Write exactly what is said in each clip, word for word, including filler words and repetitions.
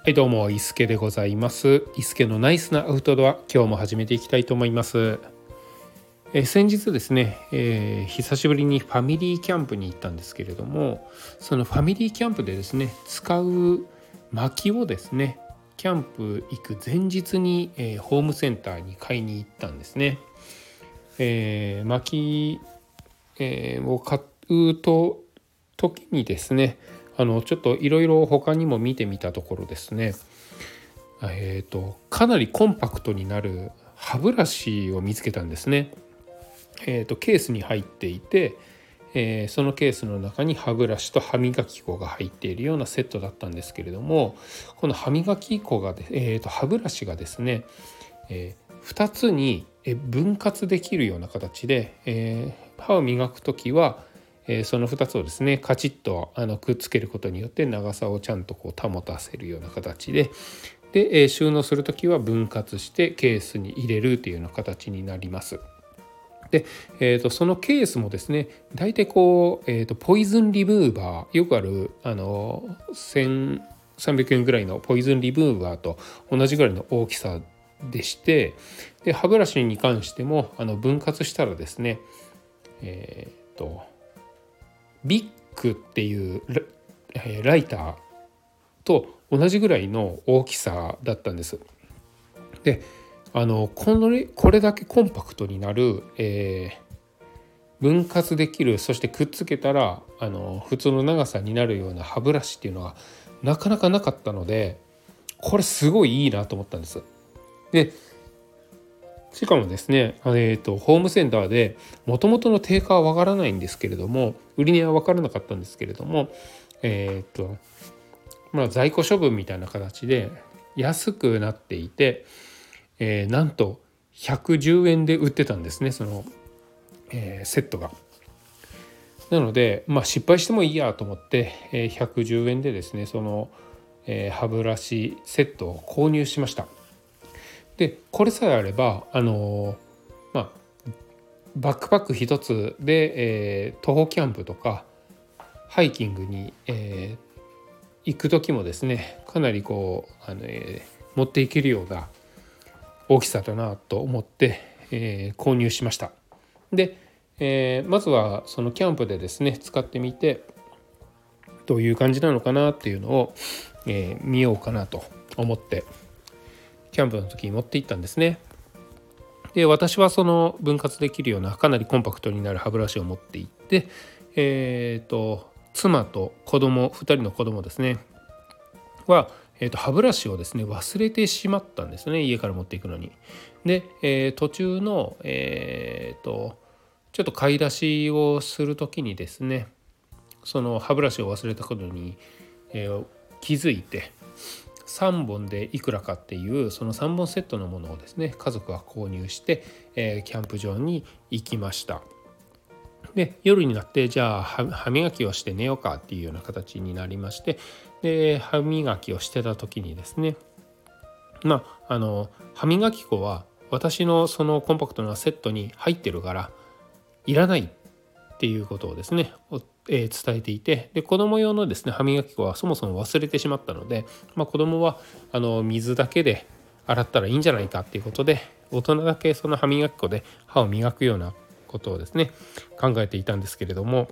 はい、どうも伊助でございます。伊助のナイスなアウトドア、今日も始めていきたいと思います。えー、先日ですね、えー、久しぶりにファミリーキャンプに行ったんですけれども、そのファミリーキャンプでですね使う薪をですねキャンプ行く前日に、えー、ホームセンターに買いに行ったんですね。えー、薪、えー、を買うと時にですねあのちょっといろいろ他にも見てみたところですね、えーと、かなりコンパクトになる歯ブラシを見つけたんですね。えーと、ケースに入っていて、えー、そのケースの中に歯ブラシと歯磨き粉が入っているようなセットだったんですけれども、この歯磨き粉が、えーと、歯ブラシがですね、えー、ふたつに分割できるような形で、えー、歯を磨くときはそのふたつをですねカチッとあのくっつけることによって長さをちゃんとこう保たせるような形で、で収納するときは分割してケースに入れるというような形になります。で、えー、とそのケースもですね大体こう、えー、とポイズンリムーバー、よくあるあのせんさんびゃくえんぐらいのポイズンリムーバーと同じぐらいの大きさでして、で歯ブラシに関してもあの分割したらですねえっ、ー、とビッグっていうライターと同じぐらいの大きさだったんです。であのこのこれだけコンパクトになる、えー、分割できる、そしてくっつけたらあの普通の長さになるような歯ブラシっていうのはなかなかなかったので、これすごいいいなと思ったんです。でしかもですね、えーと、ホームセンターでもともとの定価はわからないんですけれども、売り値は分からなかったんですけれども、えーとまあ、在庫処分みたいな形で安くなっていて、えー、なんとひゃくじゅうえんで売ってたんですね、その、えー、セットが。なので、まあ、失敗してもいいやと思って、えー、ひゃくじゅうえんでですねその、えー、歯ブラシセットを購入しました。でこれさえあればあのまあバックパック一つで、えー、徒歩キャンプとかハイキングに、えー、行く時もですねかなりこうあの、えー、持っていけるような大きさだなと思って、えー、購入しました。で、えー、まずはそのキャンプでですね使ってみてどういう感じなのかなっていうのを、えー、見ようかなと思ってキャンプの時に持って行ったんですね。で私はその分割できるようなかなりコンパクトになる歯ブラシを持って行って、えー、と妻と子供ふたりの子供ですねは、えー、と歯ブラシをですね忘れてしまったんですね、家から持っていくのに。で、えー、途中の、えー、とちょっと買い出しをする時にですねその歯ブラシを忘れたことに、えー、気づいて、さんぼんでいくらかっていうそのさんぼんセットのものをですね家族が購入して、えー、キャンプ場に行きました。で夜になってじゃあ歯磨きをして寝ようかっていうような形になりまして、で歯磨きをしてた時にですねまああの歯磨き粉は私のそのコンパクトなセットに入ってるからいらないっていうことをですね、えー、伝えていて、で子供用のですね歯磨き粉はそもそも忘れてしまったので、まあ、子供はあの水だけで洗ったらいいんじゃないかっていうことで、大人だけその歯磨き粉で歯を磨くようなことをですね考えていたんですけれども、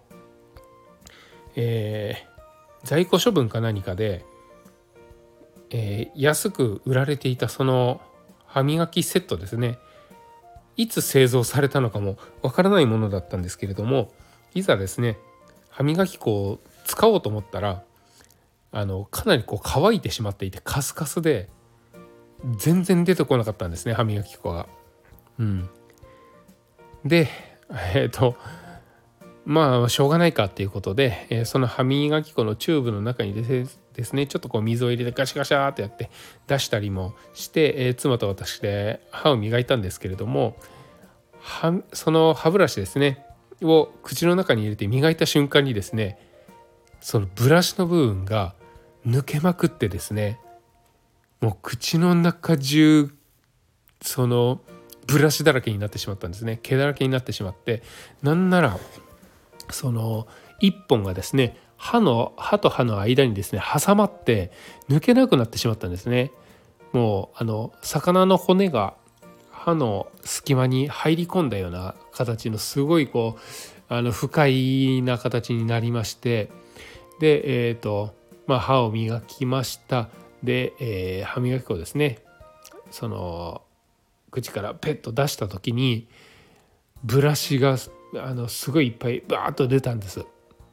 えー、在庫処分か何かで、えー、安く売られていたその歯磨きセットですね、いつ製造されたのかもわからないものだったんですけれども、いざですね歯磨き粉を使おうと思ったらあのかなりこう乾いてしまっていてカスカスで全然出てこなかったんですね、歯磨き粉が。うん、でえっ、ー、とまあしょうがないかっていうことで、えー、その歯磨き粉のチューブの中にですねちょっとこう水を入れてガシャガシャってやって出したりもして、えー、妻と私で歯を磨いたんですけれども、はその歯ブラシですねを口の中に入れて磨いた瞬間にですねそのブラシの部分が抜けまくってですね、もう口の中中そのブラシだらけになってしまったんですね。毛だらけになってしまって、なんならそのいっぽんがですね刃の刃と刃の間にですね挟まって抜けなくなってしまったんですね。もうあの魚の骨が刃の隙間に入り込んだような形のすごいこうあの不快な形になりまして、でえっ、ー、とまあ歯を磨きました。で、えー、歯磨き粉をですねその口からペッと出した時にブラシがあのすごいいっぱいバーッと出たんです。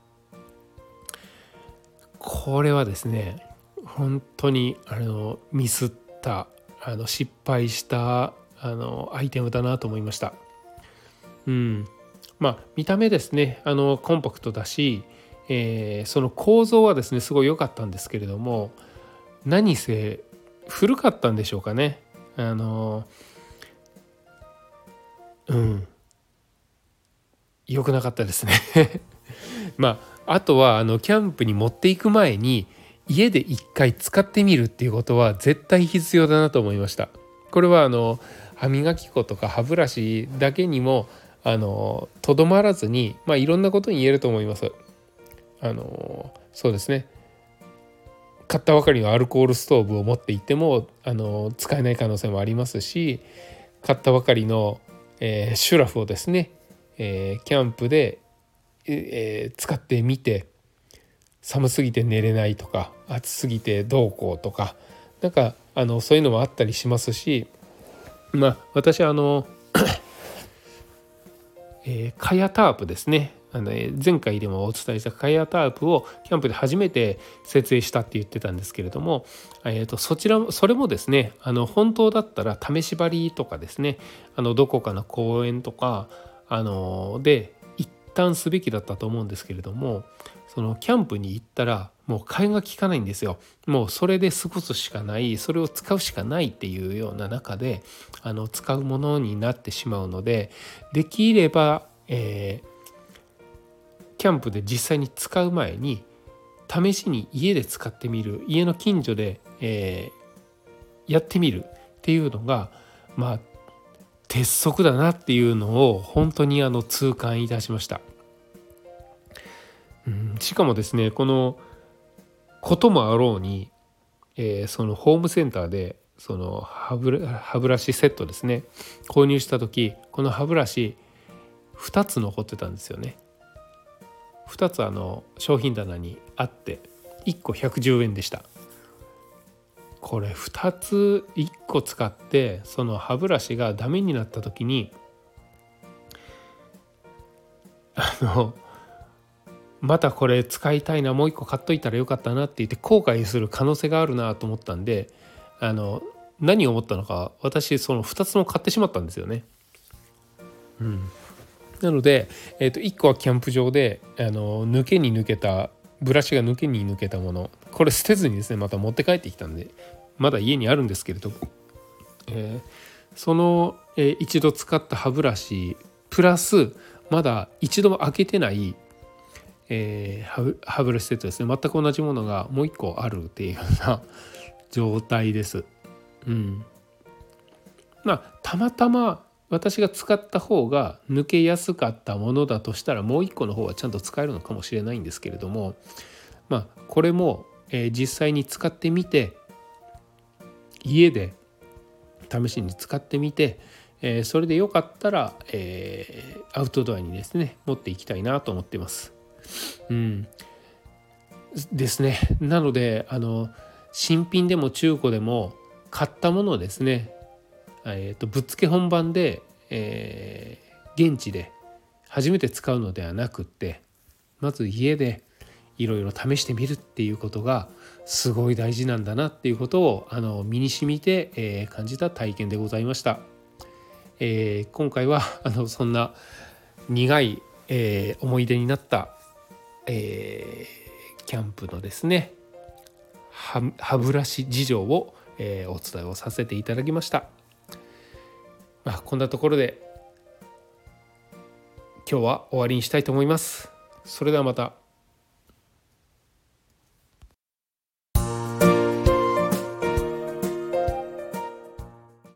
これはですね本当にあのミスったあの失敗したあのアイテムだなと思いました。うん、まあ見た目ですねあのコンパクトだし、えー、その構造はですねすごい良かったんですけれども、何せ古かったんでしょうかね。あのうん良くなかったですねまああとはあのキャンプに持っていく前に家で一回使ってみるっていうことは絶対必要だなと思いました。これはあの歯磨き粉とか歯ブラシだけにもあのとどまらずに、まあ、いろんなことに言えると思います。あのそうですね買ったばかりのアルコールストーブを持っていってもあの使えない可能性もありますし、買ったばかりの、えー、シュラフをですね、えー、キャンプで、えー、使ってみて寒すぎて寝れないとか暑すぎてどうこうとかなんかあのそういうのもあったりしますし、まあ私はあのえー、カヤタープですねあの前回でもお伝えしたカヤタープをキャンプで初めて設営したって言ってたんですけれども、えー、とそちらそれもですねあの本当だったら試し張りとかですねあのどこかの公園とかあので一旦すべきだったと思うんですけれども、そのキャンプに行ったらもう替えが利かないんですよ。もうそれで過ごすしかない、それを使うしかないっていうような中であの使うものになってしまうので、できれば、えー、キャンプで実際に使う前に試しに家で使ってみる、家の近所で、えー、やってみるっていうのがまあ鉄則だなっていうのを本当にあの痛感いたしました。うん、しかもですねこのこともあろうに、えー、そのホームセンターでその歯ブラ、歯ブラシセットですね購入した時、この歯ブラシふたつ残ってたんですよね。ふたつあの商品棚にあっていっこひゃくじゅうえんでした。これふたついっこ使ってその歯ブラシがダメになった時にあのまたこれ使いたいな、もう一個買っといたらよかったなって言って後悔する可能性があるなと思ったんで、あの何を思ったのか私そのふたつも買ってしまったんですよね。うん、なので、えー、といっこはキャンプ場であの抜けに抜けたブラシが抜けに抜けたもの、これ捨てずにですねまた持って帰ってきたんでまだ家にあるんですけれど、えー、その、えー、一度使った歯ブラシプラスまだ一度も開けてないえー、歯ブラシセットですね、全く同じものがもう一個あるっていうような状態です。うん、まあたまたま私が使った方が抜けやすかったものだとしたらもう一個の方はちゃんと使えるのかもしれないんですけれども、まあこれも、えー、実際に使ってみて家で試しに使ってみて、えー、それでよかったら、えー、アウトドアにですね持っていきたいなと思っています。うんですね。なのであの新品でも中古でも買ったものをですね、えー、とぶっつけ本番で、えー、現地で初めて使うのではなくってまず家でいろいろ試してみるっていうことがすごい大事なんだなっていうことをあの身に染みて、えー、感じた体験でございました。えー、今回はあのそんな苦い、えー、思い出になったえー、キャンプのですね歯ブラシ事情を、えー、お伝えをさせていただきました。まあ、こんなところで今日は終わりにしたいと思います。それではまた。